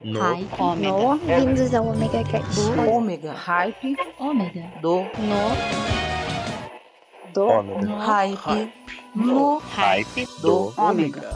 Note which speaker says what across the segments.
Speaker 1: No.
Speaker 2: No, vindos ao Omega Cast.
Speaker 3: Do ômega. Hype.
Speaker 4: Ômega.
Speaker 3: Do. Do.
Speaker 1: Ômega.
Speaker 3: Hype. No.
Speaker 1: Hype
Speaker 3: Do ômega.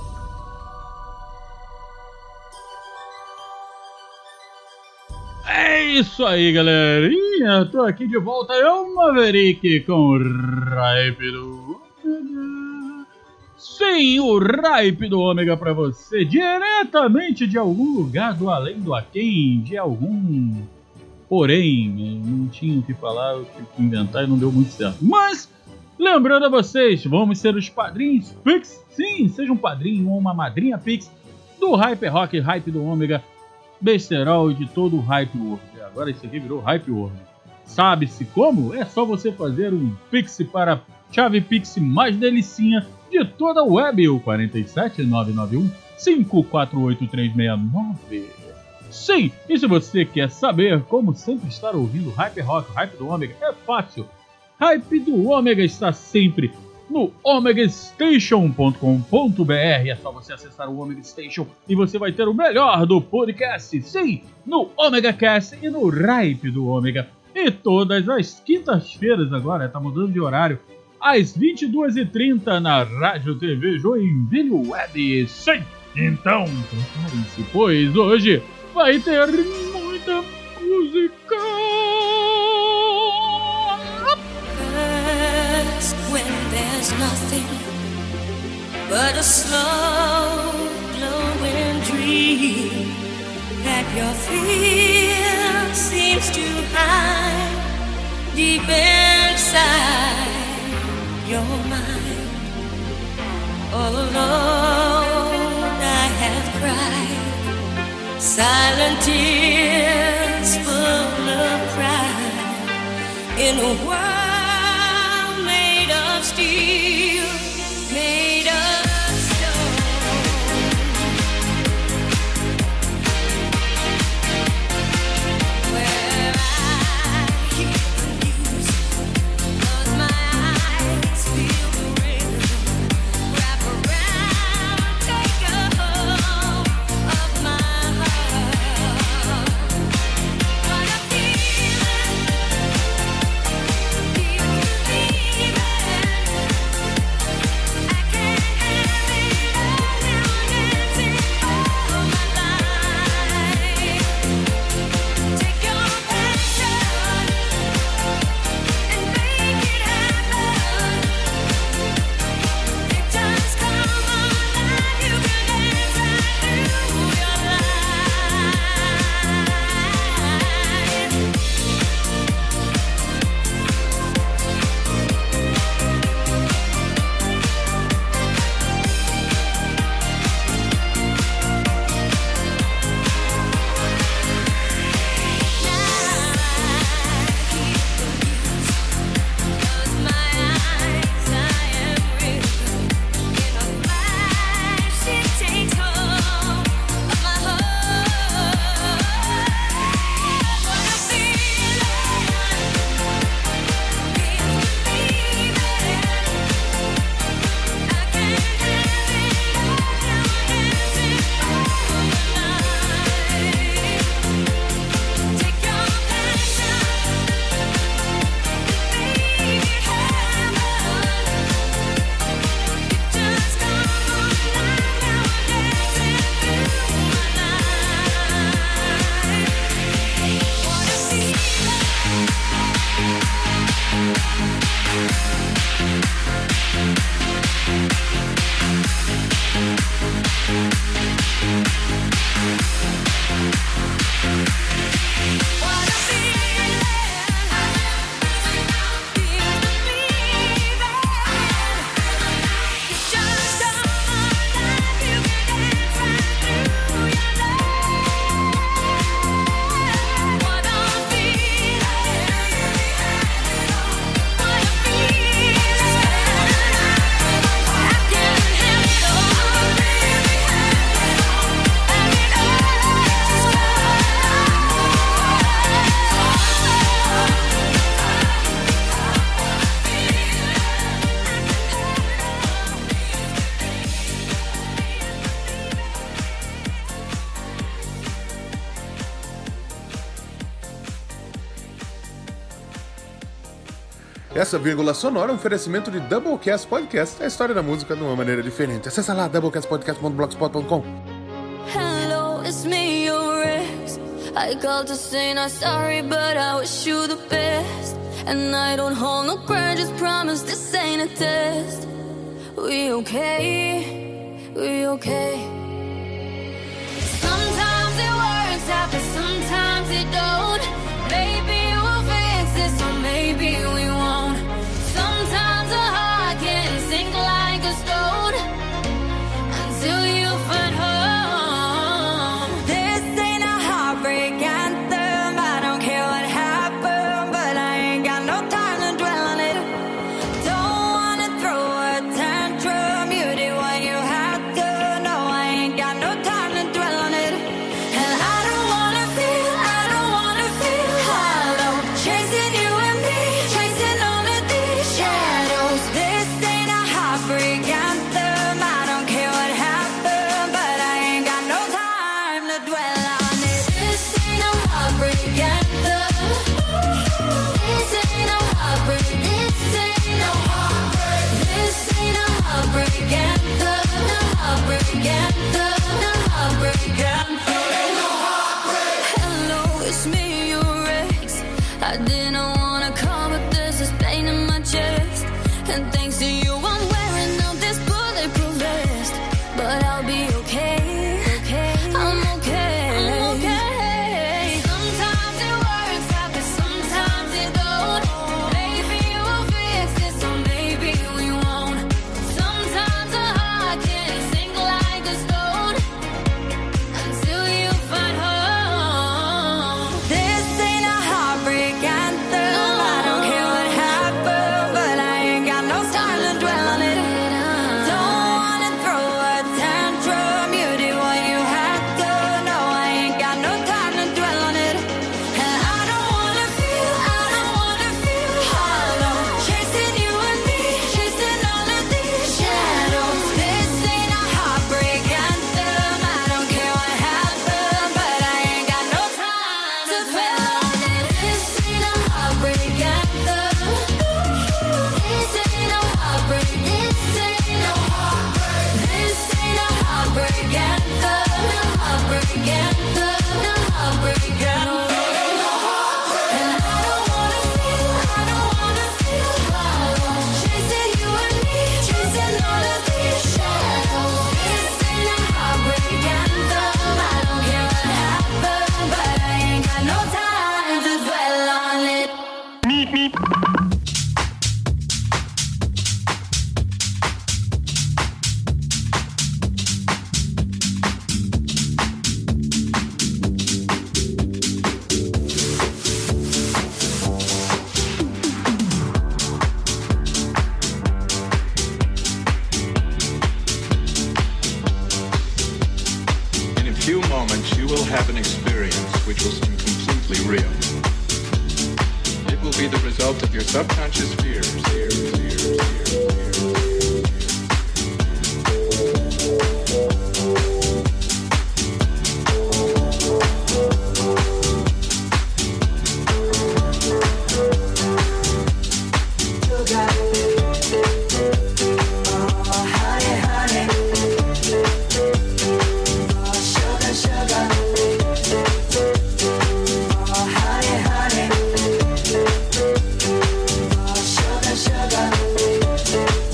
Speaker 5: É isso aí, galerinha. Tô aqui de volta, eu, Maverick, com o Hype do Ômega. Sim, o Hype do Ômega pra você, diretamente de algum lugar do além do aquém, de algum... Porém, não tinha o que falar, eu tive que inventar e não deu muito certo. Mas, lembrando a vocês, vamos ser os padrinhos Pix. Sim, seja um padrinho ou uma madrinha Pix do Hyper Rock, Hype do Ômega, besterol de todo o Hype World. Agora isso aqui virou Hype World. Sabe-se como? É só você fazer um Pix para a chave Pix mais delicinha de toda a web, o 47991 548369. Sim, e se você quer saber como sempre estar ouvindo Hyper Rock, Hype do Ômega, é fácil. Hype do Ômega está sempre no omegastation.com.br. É só você acessar o Omega Station e você vai ter o melhor do podcast. Sim, no Omega Cast e no Hype do Ômega. E todas as quintas-feiras agora, tá mudando de horário, às 22h30 na Rádio TV Joinville Web. Sim, então preparem-se, pois hoje vai ter muita música.
Speaker 6: When there's nothing but a slow glowing dream that your fear seems to hide deep inside your mind. All alone I have cried silent tears full of pride in a world of steel, made of stone, where I hear the music, close my eyes, feel the rhythm, wrap around, take a hold of my heart. What a feeling.
Speaker 1: Essa vírgula sonora é um oferecimento de Doublecast Podcast, a história da música de uma maneira diferente. Acessa lá, doublecastpodcast.blogspot.com.
Speaker 6: Hello, it's me, your ex. I called to say not sorry, but I wish you the best. And I don't hold no grudges, promise this ain't a test. We okay, we okay. Sometimes it works out, but sometimes it don't. Maybe we'll fix this, or maybe we won't. Sometimes a heart can sink like a stone until you find home. This ain't a heartbreak anthem. I don't care what happened, but I ain't got no time to dwell on it. Don't wanna throw a tantrum. You did what you had to. No, I ain't got no time to dwell on it. And I don't wanna feel hollow, chasing you and me, chasing all of these shadows. This ain't a heartbreak anthem. I don't care what happened, but I ain't got no time to dwell on it. This ain't no heartbreak anthem. This ain't no heartbreak. This ain't no heartbreak. This ain't no heartbreak anthem. No heartbreak anthem. No heartbreak anthem. Hello, it's me, your ex. I didn't wanna call, but there's this pain in my chest. And thanks to you, I'm wearing out this bulletproof vest. But I'll be okay, I'm okay. Sometimes it works out, but sometimes it don't. Maybe we'll fix this, or maybe we won't. Sometimes a heart can sink like a stone until you find home. This ain't a heartbreak anthem. I don't care what happened, but I ain't got no time to dwell on it. Don't wanna throw a tantrum. You did what you had to. No, I ain't got no time to dwell on it. And I don't wanna feel hollow, chasing you and me, chasing all of these shadows. This ain't a heartbreak anthem. I don't care what happened, but I ain't got no time to dwell on it. This ain't a heartbreak anthem. This ain't no heartbreak. This ain't no heartbreak. This ain't a heartbreak anthem. No heartbreak anthem. No heartbreak anthem. And I don't wanna feel hollow, chasing you and me, chasing all of these shadows. This ain't a heartbreak anthem. I don't care what happened, but I ain't got no time to dwell on it.
Speaker 4: In a few moments, you will have an experience which will seem completely real. It will be the result of your subconscious fears.
Speaker 6: Sugar,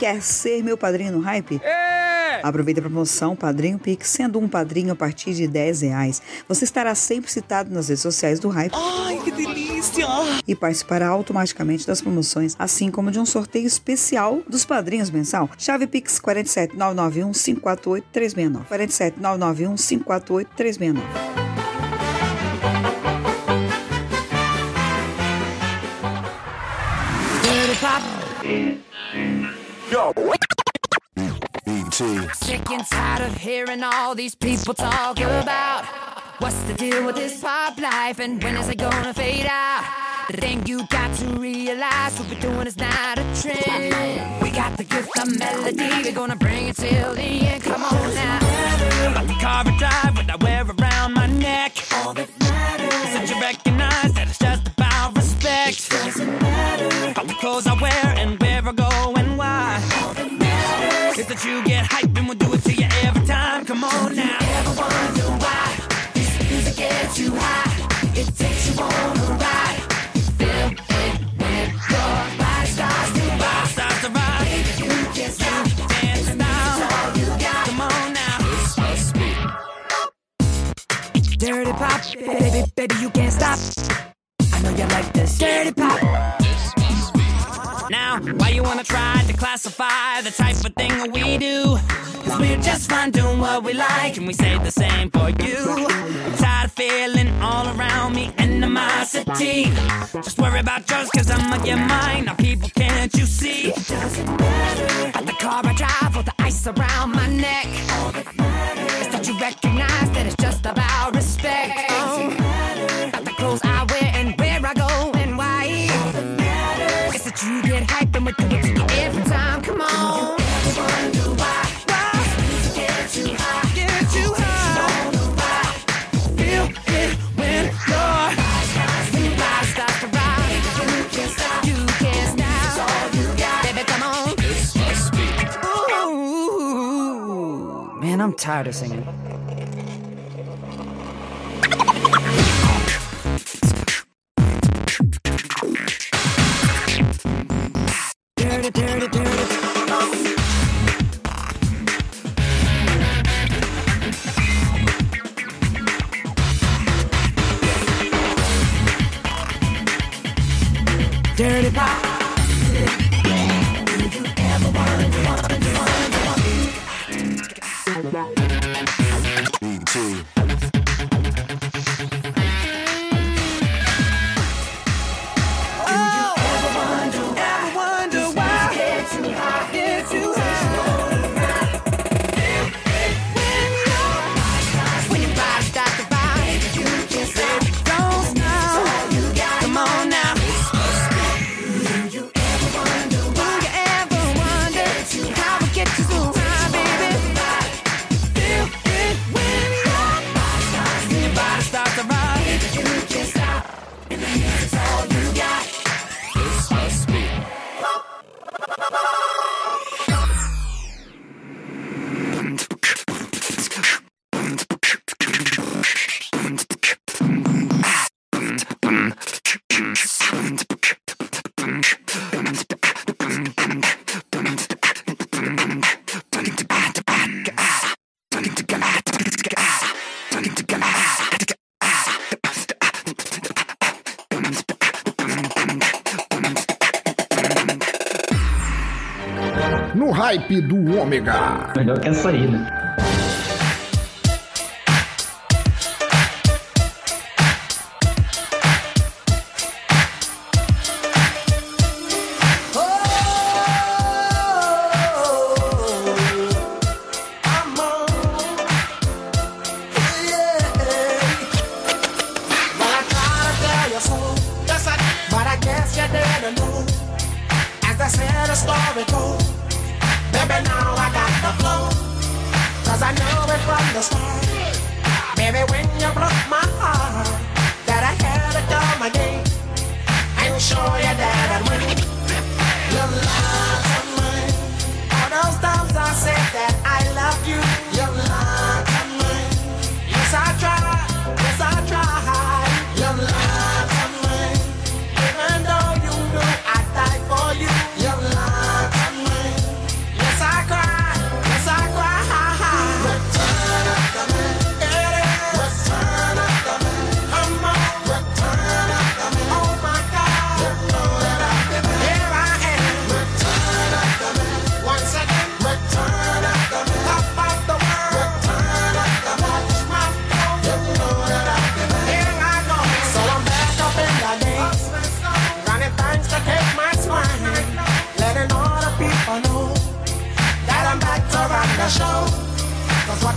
Speaker 7: Quer ser meu padrinho no Hype? Aproveita a promoção Padrinho Pix, sendo um padrinho a partir de R$10. Você estará sempre citado nas redes sociais do Hype.
Speaker 8: Ai, que delícia!
Speaker 7: E participará automaticamente das promoções, assim como de um sorteio especial dos padrinhos mensal. Chave Pix 47991-548-369. 47991-548-369.
Speaker 6: Sick and tired of hearing all these people talk about what's the deal with this pop life and when is it gonna fade out? The thing you got to realize, what we're doing is not a trend. We got the gift of melody, we're gonna bring it till the end. Come on now. Like the car I drive, what I wear around my neck. All that matters. Since you recognize that it's just about respect. Doesn't matter. All the clothes I wear and where I go and why. All that matters is that you get hype and we'll do it to you every time. Come on now. You ever wonder why this music gets you high? It takes you on a ride. Feel it when your body starts to rock. Starts to rock. Baby, you can't stop. Dance now. All you got. Come on now. This must be dirty pop. Baby, you can't stop. I know you like this dirty pop. Now, why you wanna try to classify the type of thing that we do? Cause we're just fine doing what we like, and we say the same for you. I'm tired of feeling all around me animosity. Just worry about yours, cause I'ma get mine. Now people, can't you see? It doesn't matter. At the car I drive with the ice around my neck. All that matters is that you recognize that it's just about respect. At the clothes I wear and where I go and why. All that matters is that you get hype and we do it to you every time. Come on. Wonder why. Get you high. Get you high. Feel it when your body starts to rock. You can't stop. You can't stop. It's all you got. Baby, come on. This must be. Ooh. Man, I'm tired of singing. Dirty, dirty, dirty. Dirty pop.
Speaker 1: No Hype do Ômega.
Speaker 9: Melhor que essa aí, né?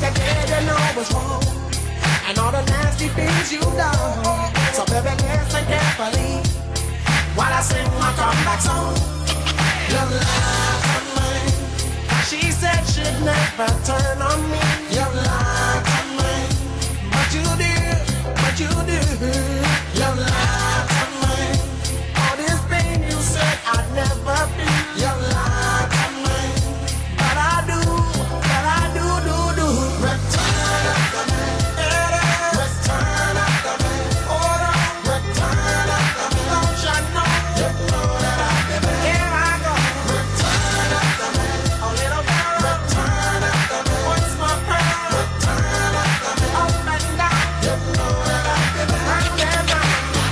Speaker 8: I did, you know what's wrong. And all the nasty things you done. So baby, listen carefully while I sing my comeback song. Your love for me, she said she'd never turn on me. Your love for me, but you did, but you did. Your love for me, all this pain you said I'd never feel. Your love for me, but I do, do. Return after me, return after me, hold on, return after me. Don't you know, you know that I did. Here I go, return after me, a little girl, return after me. What's my prayer? Return after me, up and down, you know that I did. Round and round.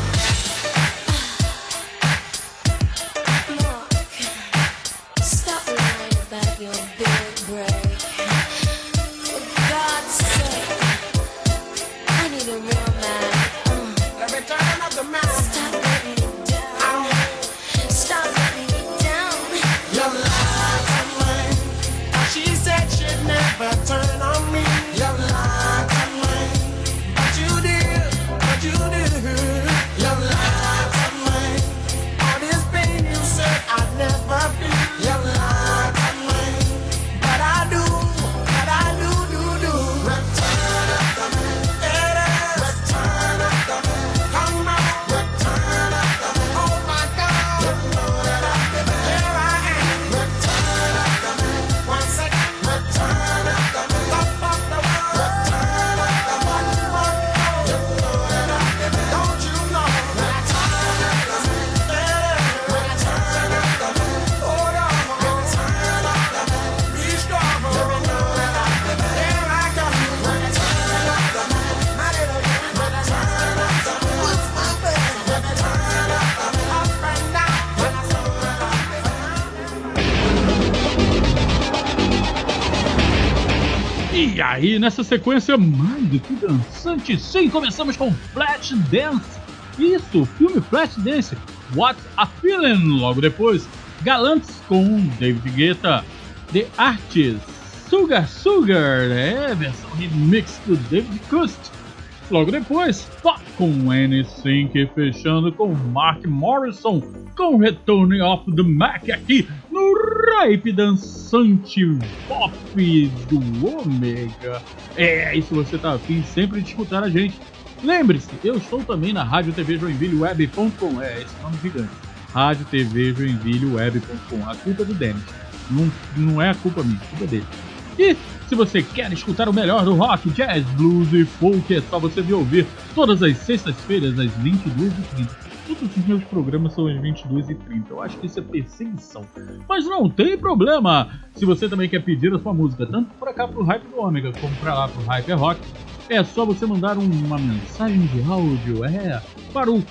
Speaker 6: Look, stop lying about your big break. For God's sake, I need a real man.
Speaker 8: Let me turn up the man.
Speaker 6: Stop letting me down. Stop letting me down.
Speaker 8: Your love for me, she said she'd never turn on me. Your love for me, but you did, but you did. Your love for me, all this pain you said I'd never feel. Your love for me, but I do, do. Return after me, return after me. Come on, return after me. Oh my God, you know that I did. Here I am, return after me. One second, return after me. Top of the world, return after me. One more, you know that I did. Don't you know? Return after me, return after me. Hold on, return after me. Be strong, you know that I did. Here I go, return after me. My little girl, return after me. What's my best? Return after me. Up and down, when I saw that I
Speaker 5: E aí, nessa sequência mais do que dançante, sim, começamos com Flashdance. Isso, o filme Flashdance, What's a Feeling? Logo depois, Galantes com David Guetta, The Artist, Sugar, versão remix do David Cust. Logo depois, Pop com NSYNC, fechando com Mark Morrison com Return of the Mac aqui no Hype Dançante Pop do Ômega. E se você tá afim sempre de escutar a gente, lembre-se, eu estou também na Rádio TV Joinville Web.com, esse nome gigante, Rádio TV Joinville Web.com, a culpa é do Dennis, não é a culpa minha, a culpa é dele. E se você quer escutar o melhor do rock, jazz, blues e folk, é só você vir ouvir todas as sextas-feiras às 22h30. Todos os meus programas são às 22h30. Eu acho que isso é perseguição. Mas não tem problema. Se você também quer pedir a sua música, tanto para cá pro Hype do Ômega, como para lá pro Hype Rock, é só você mandar uma mensagem de áudio, para o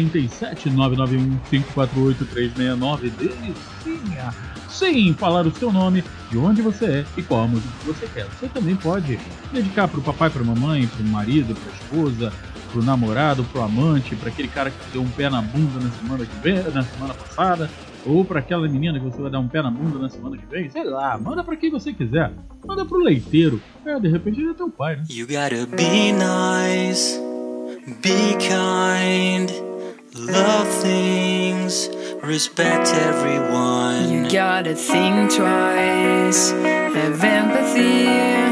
Speaker 5: 47991548369 delicinha. Sem falar o seu nome, de onde você é e qual a música que você quer. Você também pode dedicar pro papai, pra mamãe, pro marido, pra esposa, pro namorado, pro amante, pra aquele cara que deu um pé na bunda na semana passada, ou pra aquela menina que você vai dar um pé na bunda na semana que vem, sei lá, manda pra quem você quiser. Manda pro leiteiro. De repente ele é teu pai, né?
Speaker 9: You gotta be nice, be kind, love things, respect everyone.
Speaker 10: You gotta think twice, have empathy,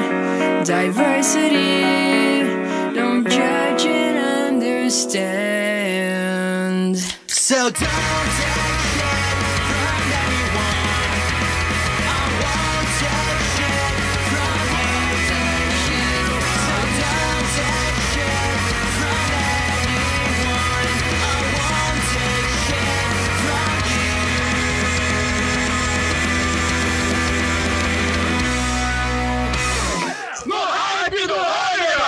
Speaker 10: diversity, don't judge and understand.
Speaker 9: So don't take shit from anyone. I won't take shit from you. So don't take shit from anyone. I won't take shit from you. No Hype do Ômega!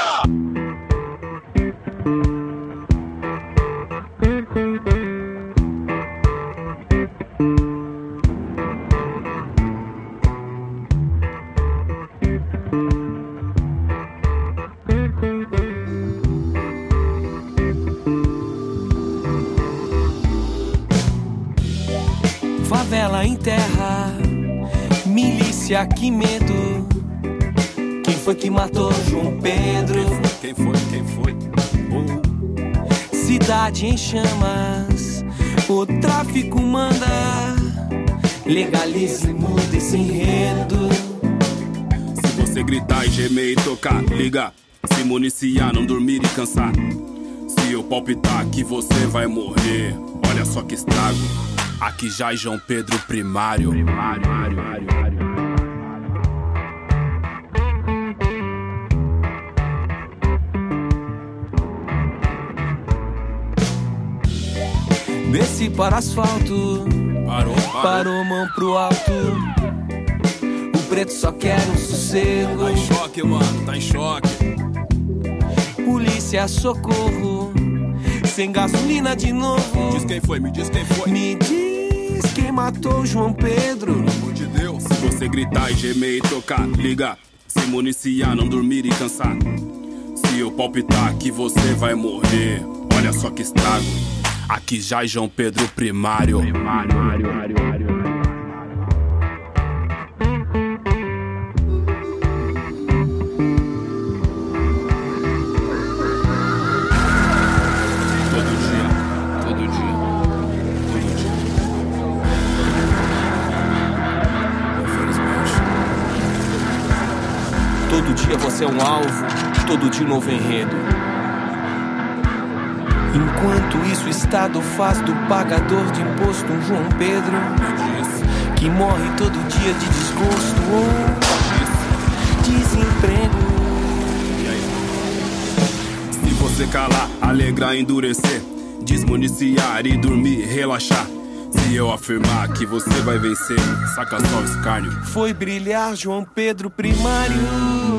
Speaker 11: Favela em terra, milícia, que medo. Quem
Speaker 9: foi que matou João Pedro?
Speaker 11: Quem foi?
Speaker 9: Cidade em chamas, o tráfico manda. Legalize, muda esse enredo.
Speaker 11: Se você gritar e gemer e tocar, liga. Se municiar, não dormir e cansar. Se eu palpitar que você vai morrer, olha só que estrago. Aqui já é João Pedro Primário.
Speaker 9: Desci para asfalto, parou, mão pro alto. O preto só quer um sossego.
Speaker 11: Tá em choque, mano, tá em choque.
Speaker 9: Polícia, socorro, sem gasolina de novo.
Speaker 11: Diz quem foi, me diz quem foi.
Speaker 9: Me diz quem matou João Pedro.
Speaker 11: Pelo amor de Deus. Se você gritar e gemer e tocar, liga. Se municiar, não dormir e cansar. Se eu palpitar que você vai morrer, olha só que estrago. Aqui já é João Pedro Primário. Todo dia. Infelizmente.
Speaker 9: Todo dia você é um alvo, todo dia um novo enredo. Enquanto isso o Estado faz do pagador de imposto um João Pedro que morre todo dia de desgosto ou desemprego.
Speaker 11: Se você calar, alegrar, endurecer, desmuniciar e dormir, relaxar. Se eu afirmar que você vai vencer, saca só o escárnio.
Speaker 9: Foi brilhar João Pedro Primário.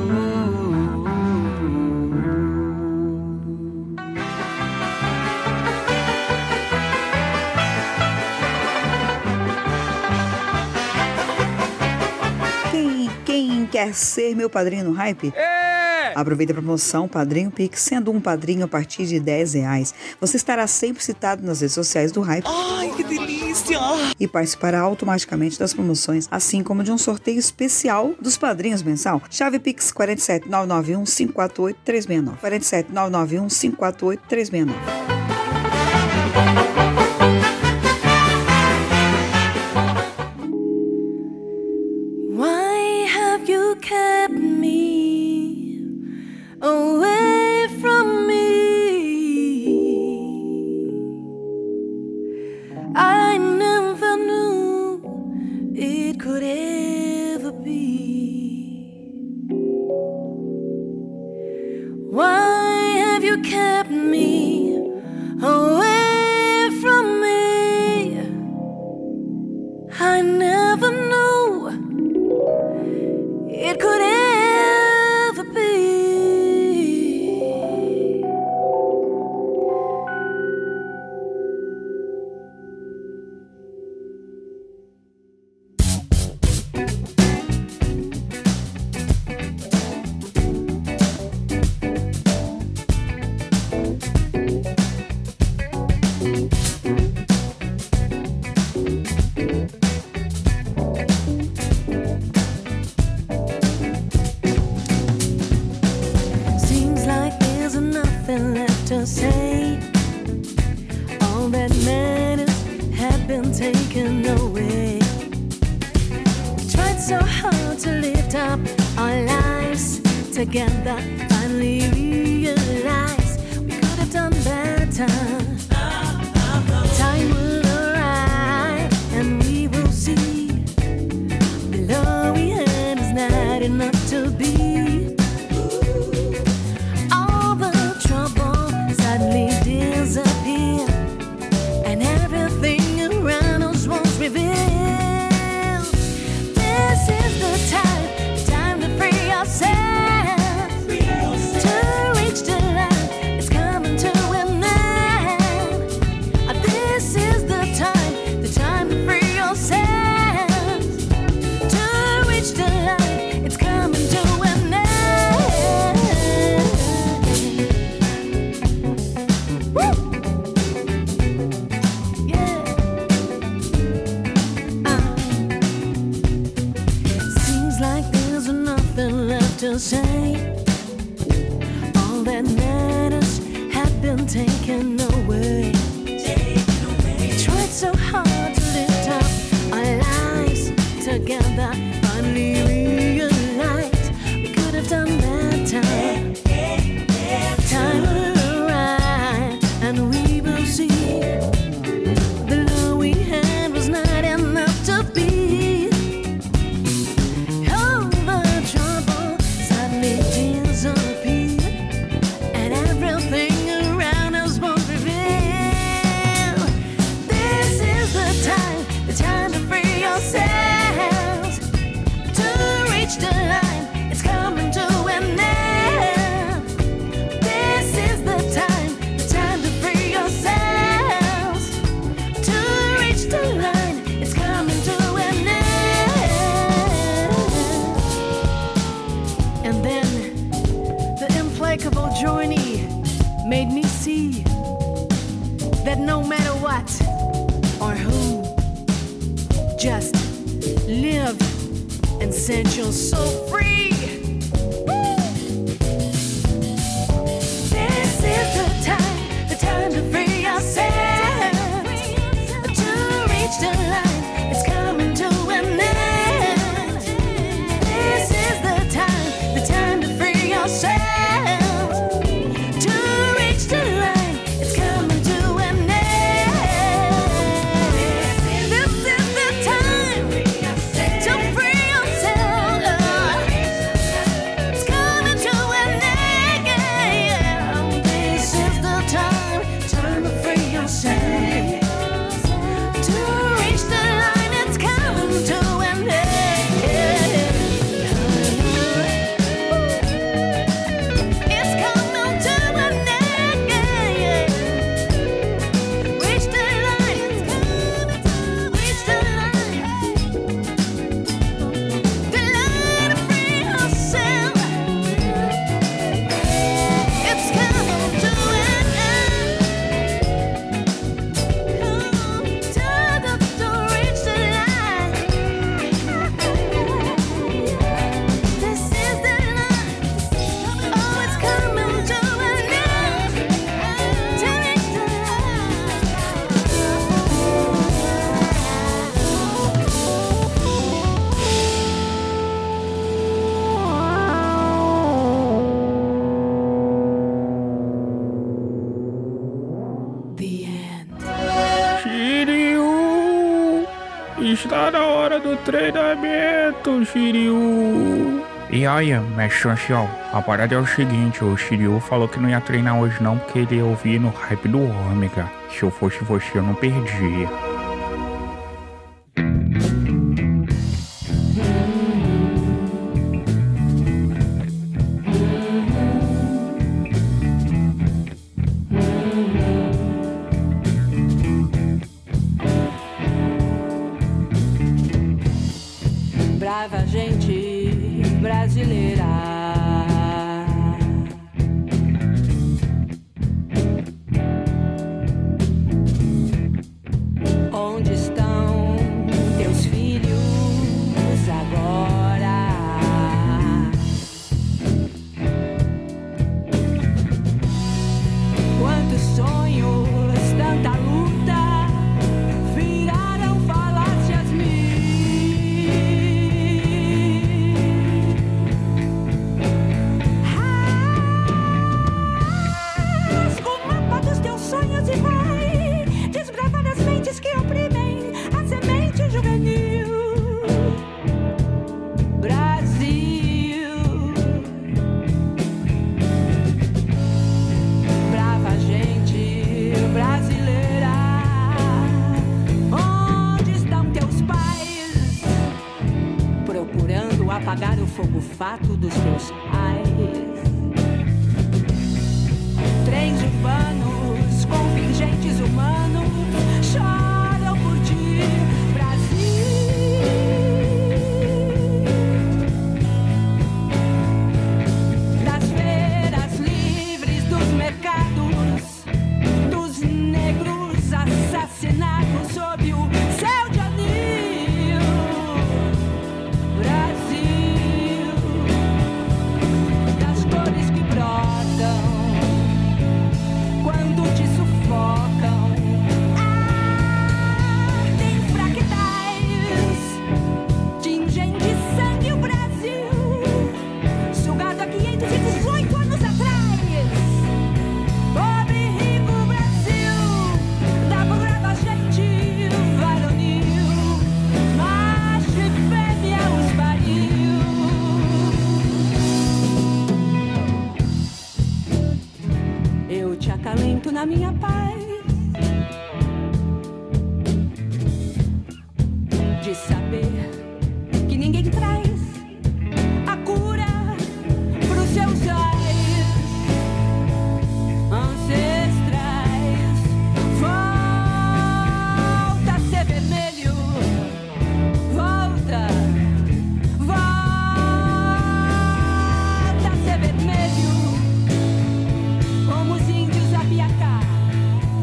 Speaker 7: Quem quer ser meu padrinho no Hype? Aproveita a promoção Padrinho Pix, sendo um padrinho a partir de R$10. Você estará sempre citado nas redes sociais do Hype.
Speaker 9: Ai, que delícia!
Speaker 7: E participará automaticamente das promoções, assim como de um sorteio especial dos padrinhos mensal. Chave Pix 47991-548-369. 47991-548-369.
Speaker 6: Why have you kept me away from me? I never knew it could ever be. Why have you kept me away from me? I never knew it could ever be. Seems like there's nothing left to say. All that matters had been taken away. We tried so hard to lift up our lives together. Finally realized we could have done better. Time will arrive and we will see. Below we had is not enough to be. All the trouble suddenly disappeared, and everything around us was revealed. This is the time to free ourselves, to reach the light. It's coming to an end. This is the time to free yourselves, to reach the light. It's coming to an end. Woo!
Speaker 12: what or who. Just live and set your soul free. This is the time to free yourself, to reach the line. It's coming to an end. This is the time to free yourself, to reach the line. It's coming to an end. This is the time to free yourself. It's coming to an end. This is the time to free yourself, to reach the line. It's coming to an end. It's coming to an end. Reach the line. It's coming to reach the line. The line to free yourself. It's coming to an end. To reach the line. This is the line. Oh, it's coming to an end. To reach the The end.
Speaker 13: Shiryu! Está na hora do treinamento, Shiryu! E aí, mestre ancião, a parada é o seguinte, o Shiryu falou que não ia treinar hoje não, porque ele ia ouvir no hype do Ômega. Se eu fosse você, eu não perdia.
Speaker 10: Brava gente brasileira. Onde estão teus filhos agora? Quantos sonhos, tanta luta viraram falácias mil. Rasga o mapa dos teus sonhos e vai desbravar as mentes que oprimem a semente juvenil. Brasil, brava gente brasileira, onde estão teus pais? Procurando apagar o fogo fato dos teus pais. Trens urbanos, contingentes humanos choram por ti, Brasil. Das feiras livres, dos mercados, dos negros assassinados sob o céu de anil, Brasil. Das cores que brotam quando te sufocam, ardem fractais, tingem de sangue o Brasil, sugado há 518 anos atrás. Pobre e rico Brasil, da brava gente varonil, macho e fêmea os pariu. Eu te acalento na minha paz de saber que ninguém traz a cura pros seus olhos ancestrais. Volta a ser vermelho, volta, volta a ser vermelho, como os índios Abiacá.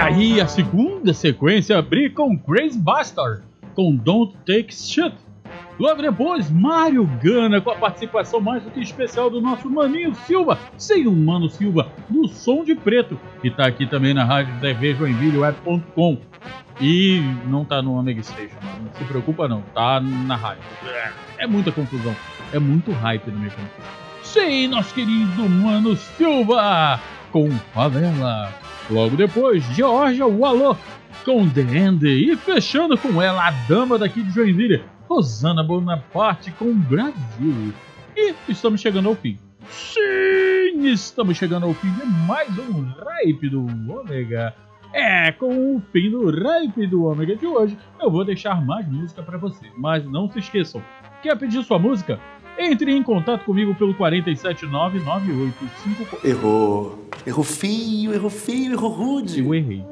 Speaker 5: aí, a segunda sequência abri com Crazy Bastard, com Don't Take Shit. Logo depois, Mário Gana, com a participação mais do que especial do nosso Maninho Silva, sem um Mano Silva, no Som de Preto, que tá aqui também na rádio TV Joinville.com. E não tá no Omega Station, não se preocupa não, tá na rádio. É muita confusão, é muito hype no meu canto. Sim, nosso querido Mano Silva, com Favela. Logo depois, Georgia Wallach, com The End. E fechando com ela, a dama daqui de Joinville, Rosana Bonaparte, com Brasil. E estamos chegando ao fim. Sim, estamos chegando ao fim de mais um Hype do Ômega. Com o fim do Hype do Ômega de hoje, eu vou deixar mais música para você. Mas não se esqueçam, quer pedir sua música? Entre em contato comigo pelo 4799854.
Speaker 14: Errou. Errou feio, errou rude.
Speaker 5: Eu errei.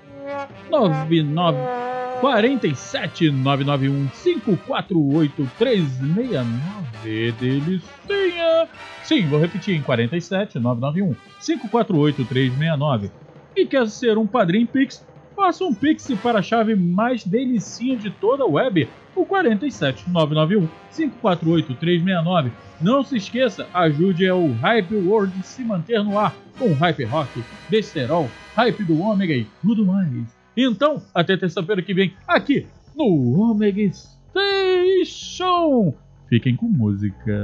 Speaker 5: 47991548369. Delicinha. Sim, vou repetir em 47991548369. E quer ser um padrinho Pix? Faça um Pix para a chave mais delicinha de toda a web, o 47991548369. Não se esqueça, ajude o Hype World a se manter no ar com Hype Rock, Besterol, Hype do Ômega e tudo mais. Então, até terça-feira que vem, aqui no Omega Station. Fiquem com música.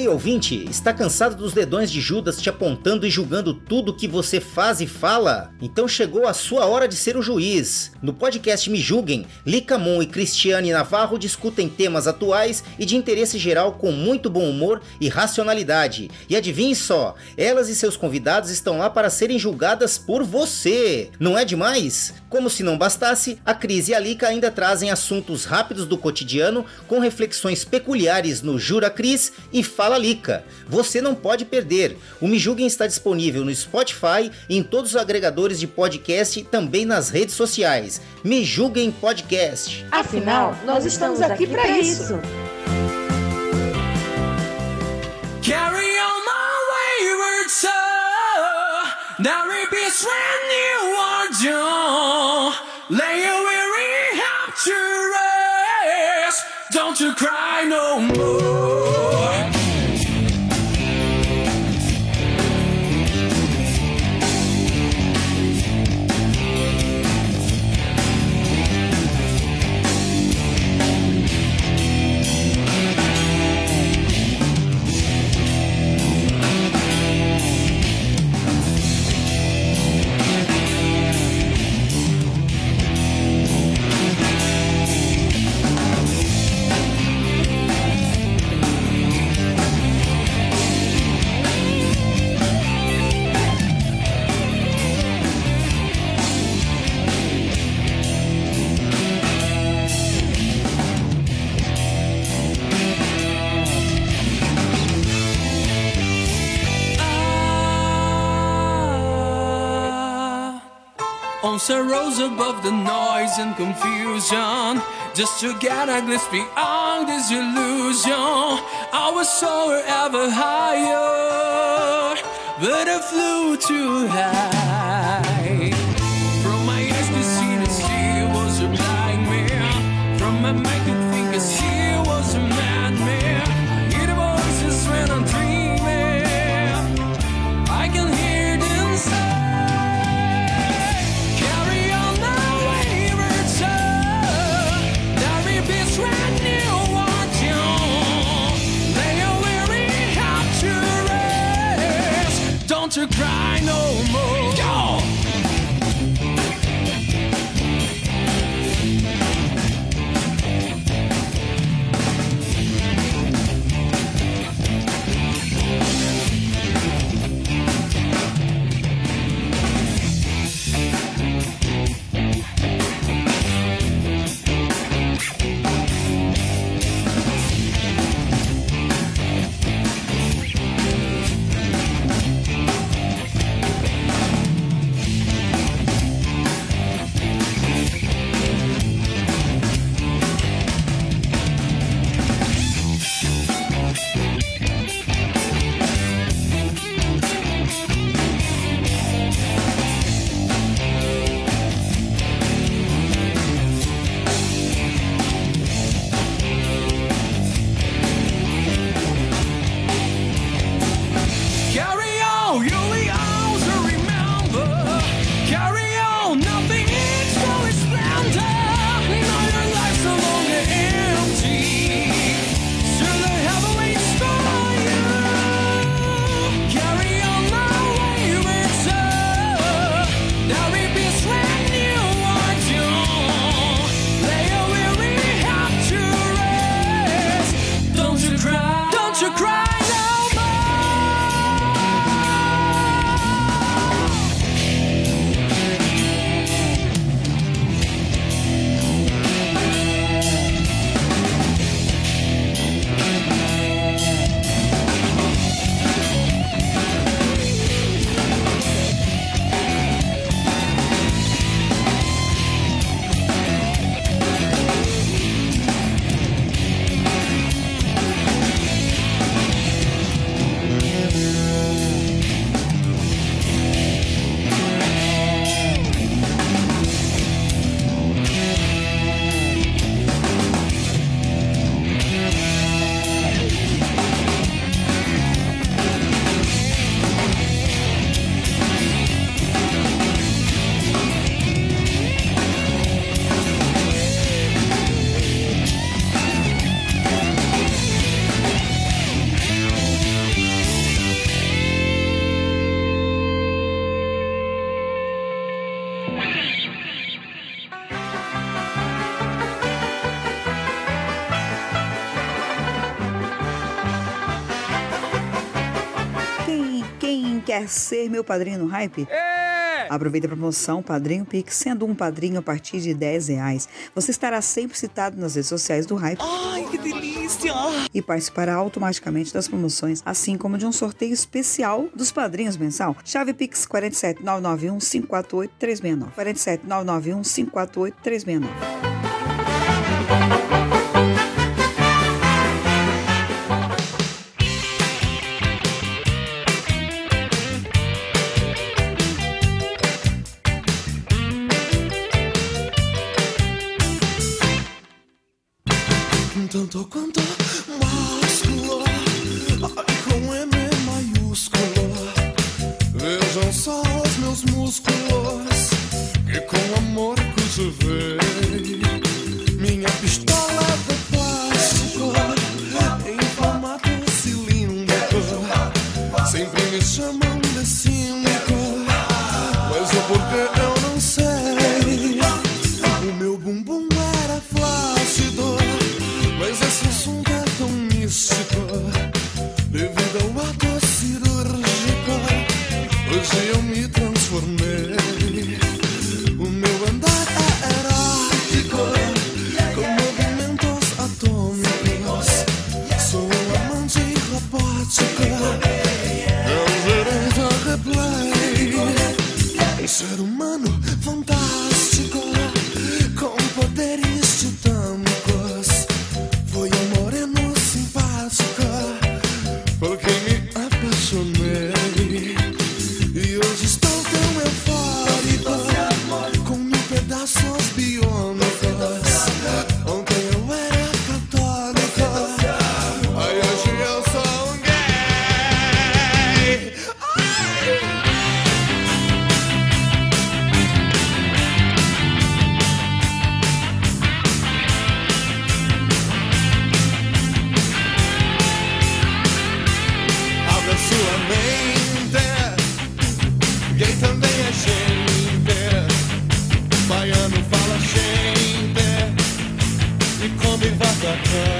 Speaker 15: ouvinte, está cansado dos dedões de Judas te apontando e julgando tudo que você faz e fala? Então chegou a sua hora de ser o juiz. No podcast Me Julguem, Lica Moon e Cristiane Navarro discutem temas atuais e de interesse geral com muito bom humor e racionalidade. E adivinhe só, elas e seus convidados estão lá para serem julgadas por você. Não é demais? Como se não bastasse, a Cris e a Lica ainda trazem assuntos rápidos do cotidiano com reflexões peculiares no Jura Cris e Fala Lica. Você não pode perder. O Me Julguem está disponível no Spotify e em todos os agregadores de podcast e também nas redes sociais. Me Julguem Podcast.
Speaker 3: Afinal, nós estamos aqui para isso.
Speaker 8: Carry on my wayward soul. Now repeats when you are done. Lay your weary head to rest. Don't you cry no more. Once I rose above the noise and confusion, just to get a glimpse beyond this illusion. I was soaring ever higher, but I flew too high. From my eyes to see the sea was a blind man. From my mind to think a sea was a madman. I hear the voices when I'm dreaming. I can hear them say, don't you cry no more.
Speaker 7: quer ser meu padrinho no Hype? Aproveita a promoção Padrinho Pix, sendo um padrinho a partir de R$10. Você estará sempre citado nas redes sociais do Hype.
Speaker 16: Ai, que delícia!
Speaker 7: E participará automaticamente das promoções, assim como de um sorteio especial dos padrinhos mensal. Chave Pix 47991-548-369. 47991-548-369.
Speaker 8: Tanto quanto másculo, ai com M maiúsculo. Vejam só os meus músculos, que com amor cultivei. Minha pistola de plástico, em formato cilíndrico. Sempre me chamam de cínico, mas o porquê eu não sei. O meu bumbum era flácido, mas esse assunto é tão místico. Devido ao ato cirúrgico, hoje eu me transformei. O meu andar é erótico, com movimentos atômicos. Sou um amante robótico, é um direito a replay. Um ser humano fantástico, com poderes titânicos. Foi um moreno simpático, por quem me apaixonei. E hoje estou tão eufórico, com 1000 pedaços biônicos. Ontem eu era católico, aí hoje eu sou um gay. Abra sua mente, gay também é gente. Baiano fala gente e come vatapá.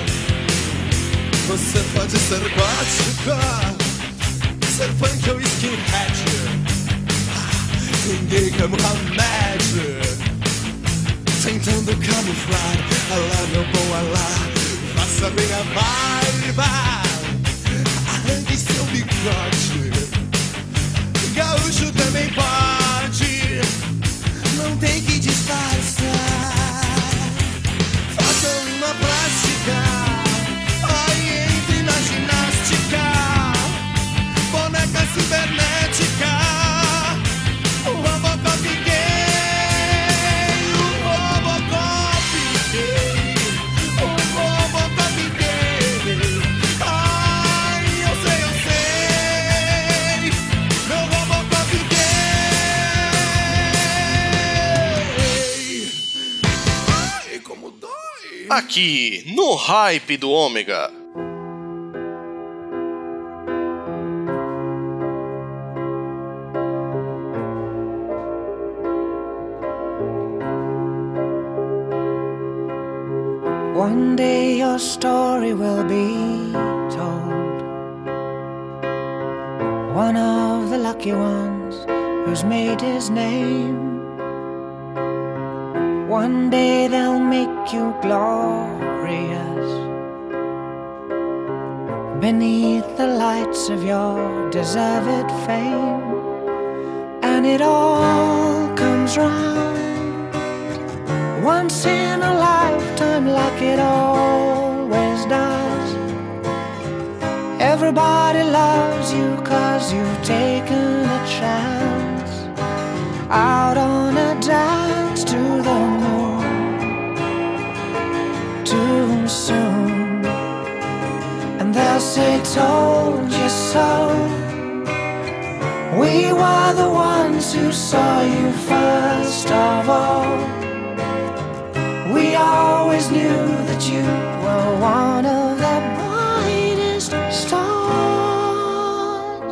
Speaker 8: Você pode ser gótica, ser punk ou skinhead. Tem gay que é Muhammad, tentando camuflar. Alá, meu bom Alá, faça bem a vibe. Arranque seu bigode, gaúcho também pode, não tem que disfarçar. Faça uma plástica, aí entre na ginástica. Boneca cibernética, o Robocop gay, o Robocop gay, o Robocop gay. Ai, eu sei, meu Robocop gay. Ai, como dói.
Speaker 17: Aqui, no Hype do Ômega.
Speaker 10: One day your story will be told. One of the lucky ones who's made his name. One day they'll make you glorious beneath the lights of your deserved fame. And it all comes round once in a lifetime, like it always does. Everybody loves you 'cause you've taken a chance out on a dance to the moon too soon. And they'll say, told you so. We were the ones who saw you first of all. We always knew that you were one of the brightest stars.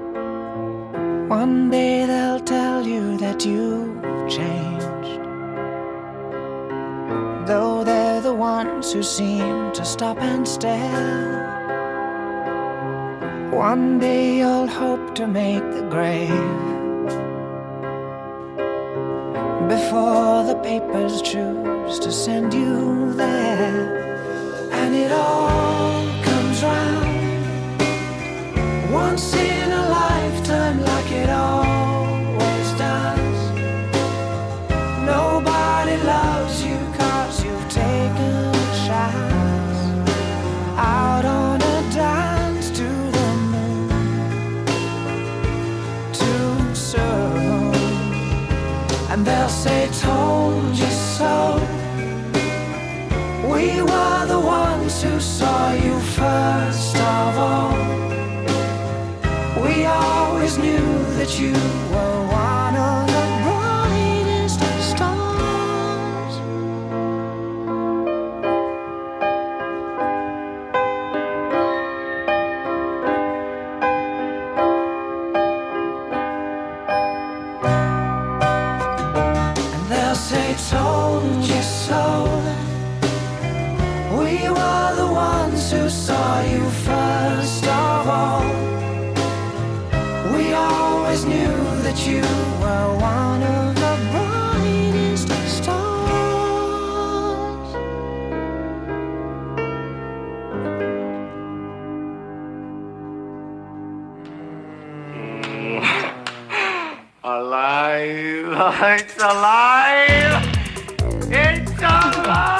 Speaker 10: One day they'll tell you that you've changed, though they're the ones who seem to stop and stare. One day you'll hope to make the grave before the papers choose to send you there. And it all comes round once in a lifetime, like it always does. Nobody loves you 'cause you've taken a chance out on a dance to the moon too soon. And they'll say, told you so. We were the ones who saw you first of all. We always knew that you were one of the brightest stars. And they'll say, told you so. We were the ones who saw you first of all. We always knew that you were one of the brightest stars.
Speaker 8: Alive! It's alive! It's alive!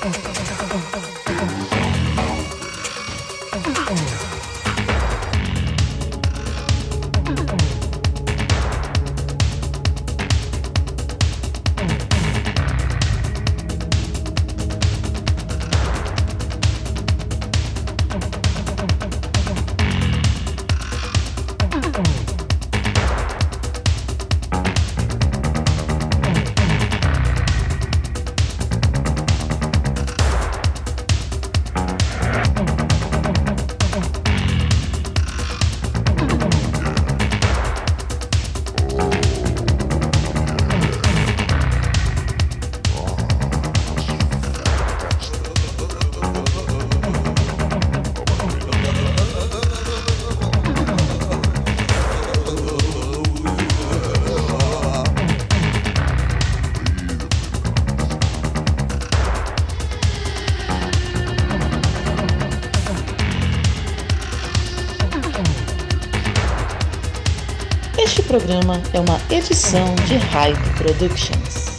Speaker 3: Este programa é uma edição de Hype Productions.